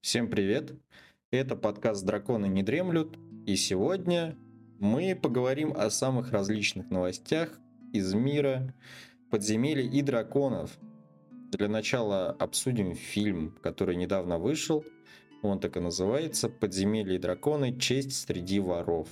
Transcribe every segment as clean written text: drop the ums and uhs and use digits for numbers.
Всем привет! Это подкаст «Драконы не дремлют», и сегодня мы поговорим о самых различных новостях из мира подземелий и драконов. Для начала обсудим фильм, который недавно вышел. Он так и называется «Подземелья и драконы. Честь среди воров».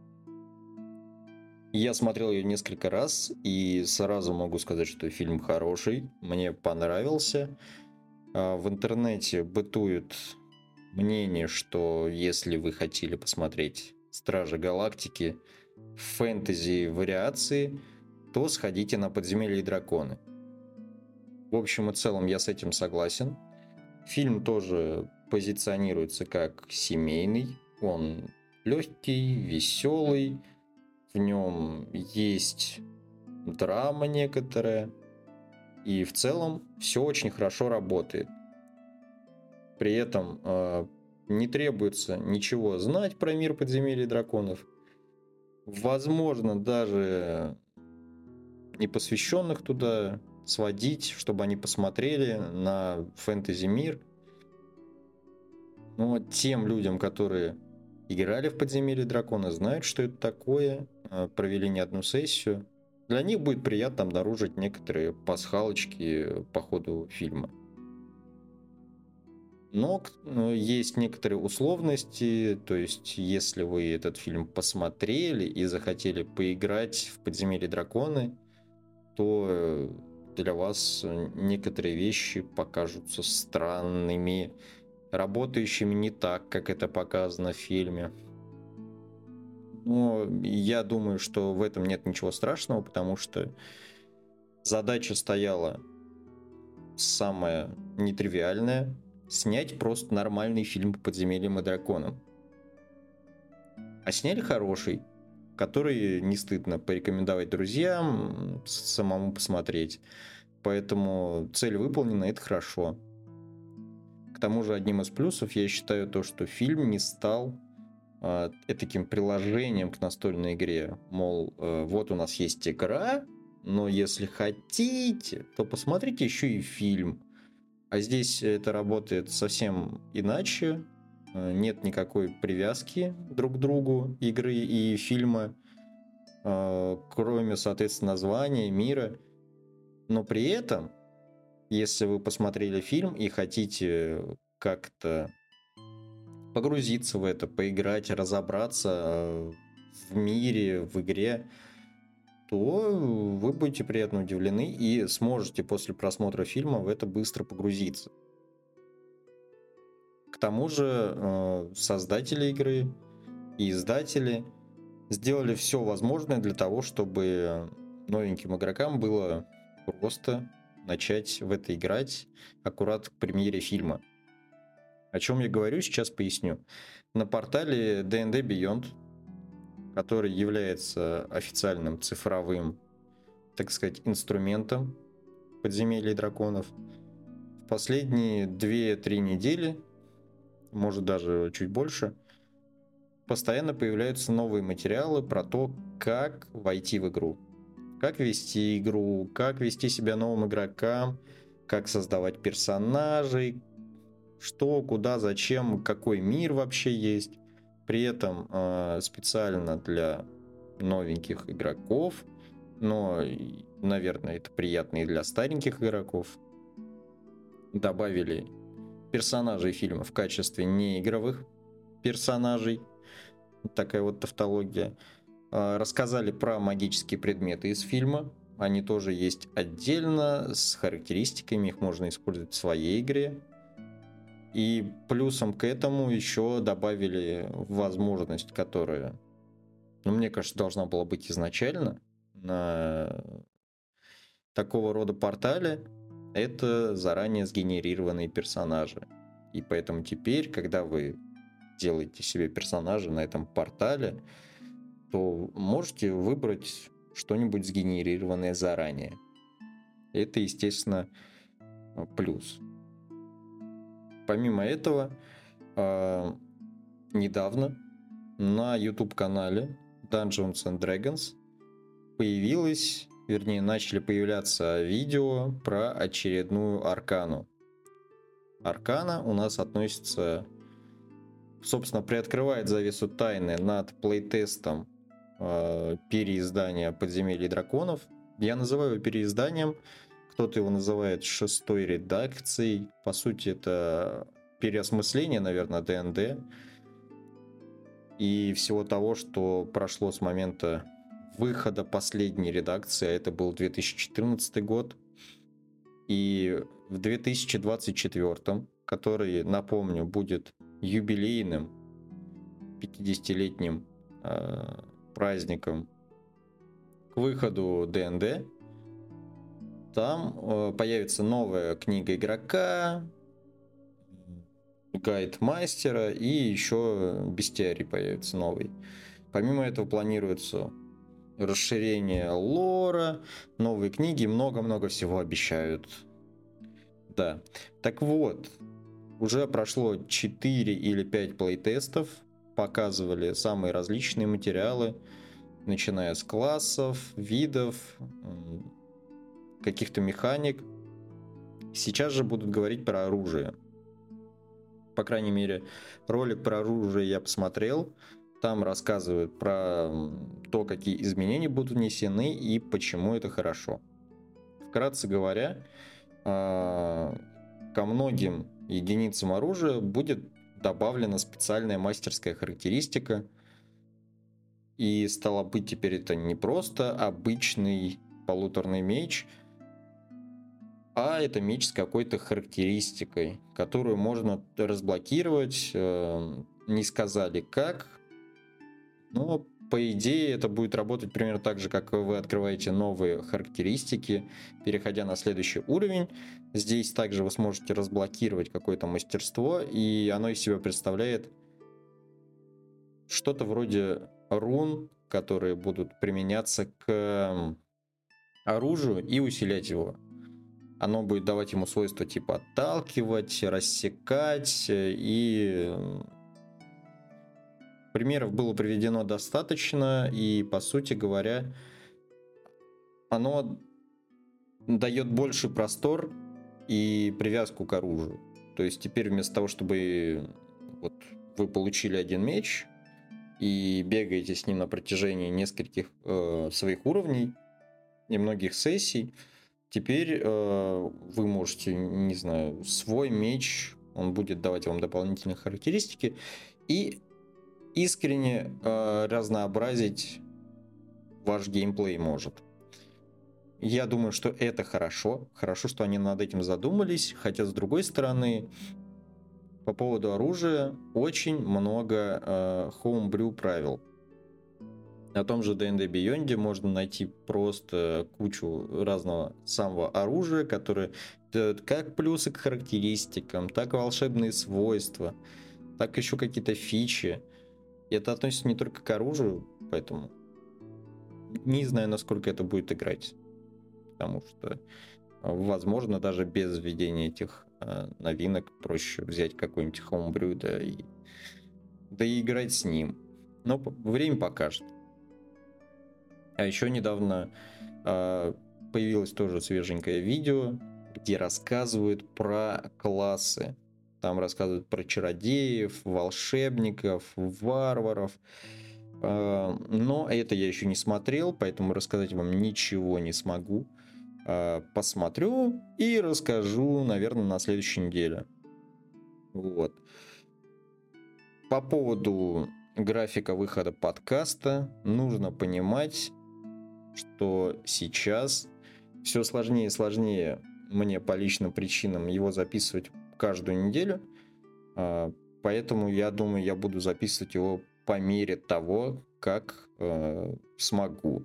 Я смотрел ее несколько раз, и сразу могу сказать, что фильм хороший, мне понравился. В интернете бытует мнение, что если вы хотели посмотреть «Стражи Галактики» в фэнтези вариации, то сходите на «Подземелья и драконы». В общем и целом я с этим согласен. Фильм тоже позиционируется как семейный. Он легкий, веселый. В нем есть драма некоторая. И в целом все очень хорошо работает. При этом не требуется ничего знать про мир подземелий и драконов. Возможно, даже непосвященных туда сводить, чтобы они посмотрели на фэнтези-мир. Но тем людям, которые играли в подземелье дракона, знают, что это такое, провели не одну сессию, для них будет приятно обнаружить некоторые пасхалочки по ходу фильма. Но есть некоторые условности, то есть если вы этот фильм посмотрели и захотели поиграть в «Подземелье драконы», то для вас некоторые вещи покажутся странными, работающими не так, как это показано в фильме. Но я думаю, что в этом нет ничего страшного, потому что задача стояла самая нетривиальная — снять просто нормальный фильм по подземельям и драконам. А сняли хороший, который не стыдно порекомендовать друзьям, самому посмотреть. Поэтому цель выполнена, это хорошо. К тому же одним из плюсов я считаю то, что фильм не стал таким приложением к настольной игре. Мол, вот у нас есть игра, но если хотите, то посмотрите еще и фильм. А здесь это работает совсем иначе. Нет никакой привязки друг к другу игры и фильма, кроме, соответственно, названия, мира. Но при этом, если вы посмотрели фильм и хотите как-то погрузиться в это, поиграть, разобраться в мире, в игре, то вы будете приятно удивлены и сможете после просмотра фильма в это быстро погрузиться. К тому же создатели игры и издатели сделали все возможное для того, чтобы новеньким игрокам было просто начать в это играть аккурат к премьере фильма. О чем я говорю, сейчас поясню. На портале D&D Beyond, который является официальным цифровым, так сказать, инструментом подземелий и драконов, в последние 2-3 недели, может даже чуть больше, постоянно появляются новые материалы про то, как войти в игру, как вести игру, как вести себя новым игрокам, как создавать персонажей, что, куда, зачем, какой мир вообще есть. При этом специально для новеньких игроков, но, наверное, это приятно и для стареньких игроков, добавили персонажей фильма в качестве неигровых персонажей. Такая вот тавтология. Рассказали про магические предметы из фильма. Они тоже есть отдельно, с характеристиками, их можно использовать в своей игре. И плюсом к этому еще добавили возможность, которая, мне кажется, должна была быть изначально на такого рода портале. Это заранее сгенерированные персонажи. И поэтому теперь, когда вы делаете себе персонажа на этом портале, то можете выбрать что-нибудь сгенерированное заранее. Это, естественно, плюс. Помимо этого, недавно на YouTube-канале Dungeons and Dragons начали появляться видео про очередную аркану. Аркана у нас относится, собственно, приоткрывает завесу тайны над плейтестом переиздания «Подземелья драконов». Я называю его переизданием, кто-то его называет шестой редакцией. По сути, это переосмысление, наверное, ДНД и всего того, что прошло с момента выхода последней редакции, а это был 2014 год. И в 2024, который, напомню, будет юбилейным 50-летним праздником к выходу ДНД, там появится новая книга игрока, гайд мастера и еще бестиарий появится новый. Помимо этого планируется расширение лора, новые книги, много-много всего обещают. Да. Так вот, уже прошло 4 или 5 плейтестов, показывали самые различные материалы, начиная с классов, видов, каких-то механик. Сейчас же будут говорить про оружие. По крайней мере, ролик про оружие я посмотрел. Там рассказывают про то, какие изменения будут внесены и почему это хорошо. Вкратце говоря, ко многим единицам оружия будет добавлена специальная мастерская характеристика. И стало быть, теперь это не просто обычный полуторный меч, а это меч с какой-то характеристикой, которую можно разблокировать. Не сказали как, но по идее это будет работать примерно так же, как вы открываете новые характеристики, переходя на следующий уровень. Здесь также вы сможете разблокировать какое-то мастерство, и оно из себя представляет что-то вроде рун, которые будут применяться к оружию и усилять его. Оно будет давать ему свойства типа отталкивать, рассекать, и примеров было приведено достаточно, и, по сути говоря, оно дает больший простор и привязку к оружию. То есть теперь вместо того, чтобы вот вы получили один меч и бегаете с ним на протяжении нескольких своих уровней и многих сессий, теперь вы можете, не знаю, свой меч, он будет давать вам дополнительные характеристики и искренне разнообразить ваш геймплей может. Я думаю, что это хорошо. Хорошо, что они над этим задумались. Хотя, с другой стороны, по поводу оружия очень много homebrew правил. На том же D&D Beyond можно найти просто кучу разного самого оружия, которое дает как плюсы к характеристикам, так и волшебные свойства, так еще какие-то фичи. И это относится не только к оружию, поэтому не знаю, насколько это будет играть. Потому что, возможно, даже без введения этих новинок проще взять какой-нибудь homebrew, да и играть с ним. Но время покажет. А еще недавно появилось тоже свеженькое видео, где рассказывают про классы. Там рассказывают про чародеев, волшебников, варваров. Но это я еще не смотрел, поэтому рассказать вам ничего не смогу. Посмотрю и расскажу, наверное, на следующей неделе. Вот. По поводу графика выхода подкаста нужно понимать, что сейчас все сложнее и сложнее мне по личным причинам его записывать каждую неделю. Поэтому я думаю, я буду записывать его по мере того, как смогу.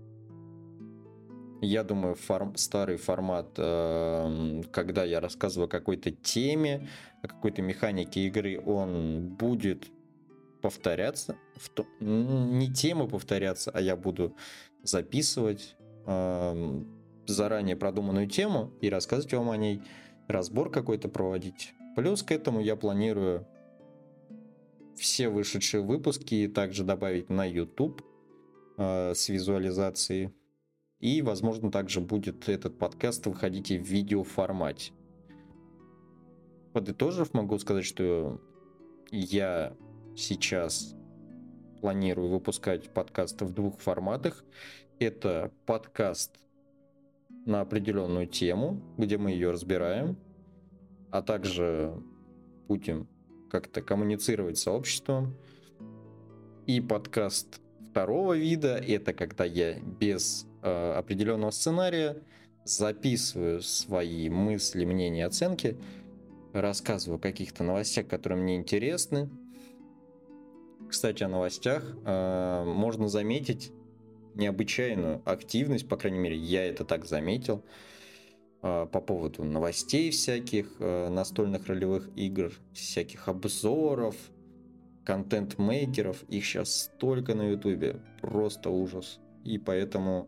Я думаю, старый формат, когда я рассказываю о какой-то теме, о какой-то механике игры, он будет повторяться. Не темы повторяться, а я буду записывать заранее продуманную тему и рассказывать вам о ней, разбор какой-то проводить. Плюс к этому я планирую все вышедшие выпуски также добавить на YouTube с визуализацией. И, возможно, также будет этот подкаст выходить и в видеоформате. подытожив, могу сказать, что я сейчас планирую выпускать подкасты в 2 форматах. Это подкаст на определенную тему, где мы ее разбираем, а также будем как-то коммуницировать с сообществом. И подкаст второго вида — это когда я без определенного сценария записываю свои мысли, мнения, оценки, рассказываю о каких-то новостях, которые мне интересны. Кстати, о новостях можно заметить необычайную активность, по крайней мере, я это так заметил, по поводу новостей всяких, настольных ролевых игр, всяких обзоров, контент-мейкеров. Их сейчас столько на ютубе, просто ужас. И поэтому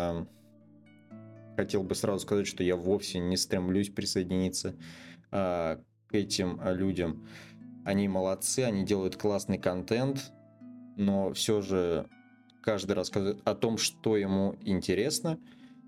хотел бы сразу сказать, что я вовсе не стремлюсь присоединиться к этим людям. Они молодцы, они делают классный контент, но все же каждый рассказывает о том, что ему интересно.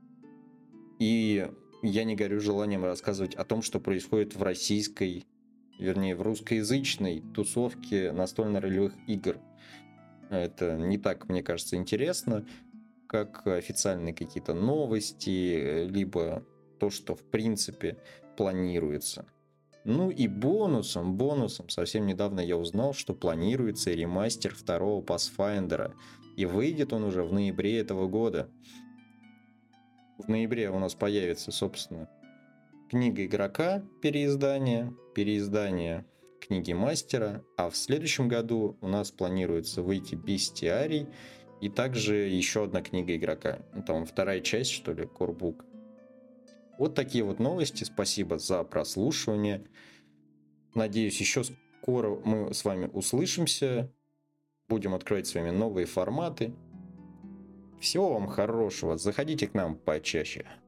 И я не горю желанием рассказывать о том, что происходит в российской, вернее, в русскоязычной тусовке настольно-ролевых игр. Это не так, мне кажется, интересно, как официальные какие-то новости, либо то, что в принципе планируется. Ну и бонусом, совсем недавно я узнал, что планируется ремастер второго Pathfinder, и выйдет он уже в ноябре этого года. В ноябре у нас появится, собственно, книга игрока, переиздание книги мастера, а в следующем году у нас планируется выйти Бестиарий и также еще одна книга игрока. Там вторая часть, что ли, Корбук. Вот такие вот новости. Спасибо за прослушивание. Надеюсь, еще скоро мы с вами услышимся. Будем открывать с вами новые форматы. Всего вам хорошего. Заходите к нам почаще.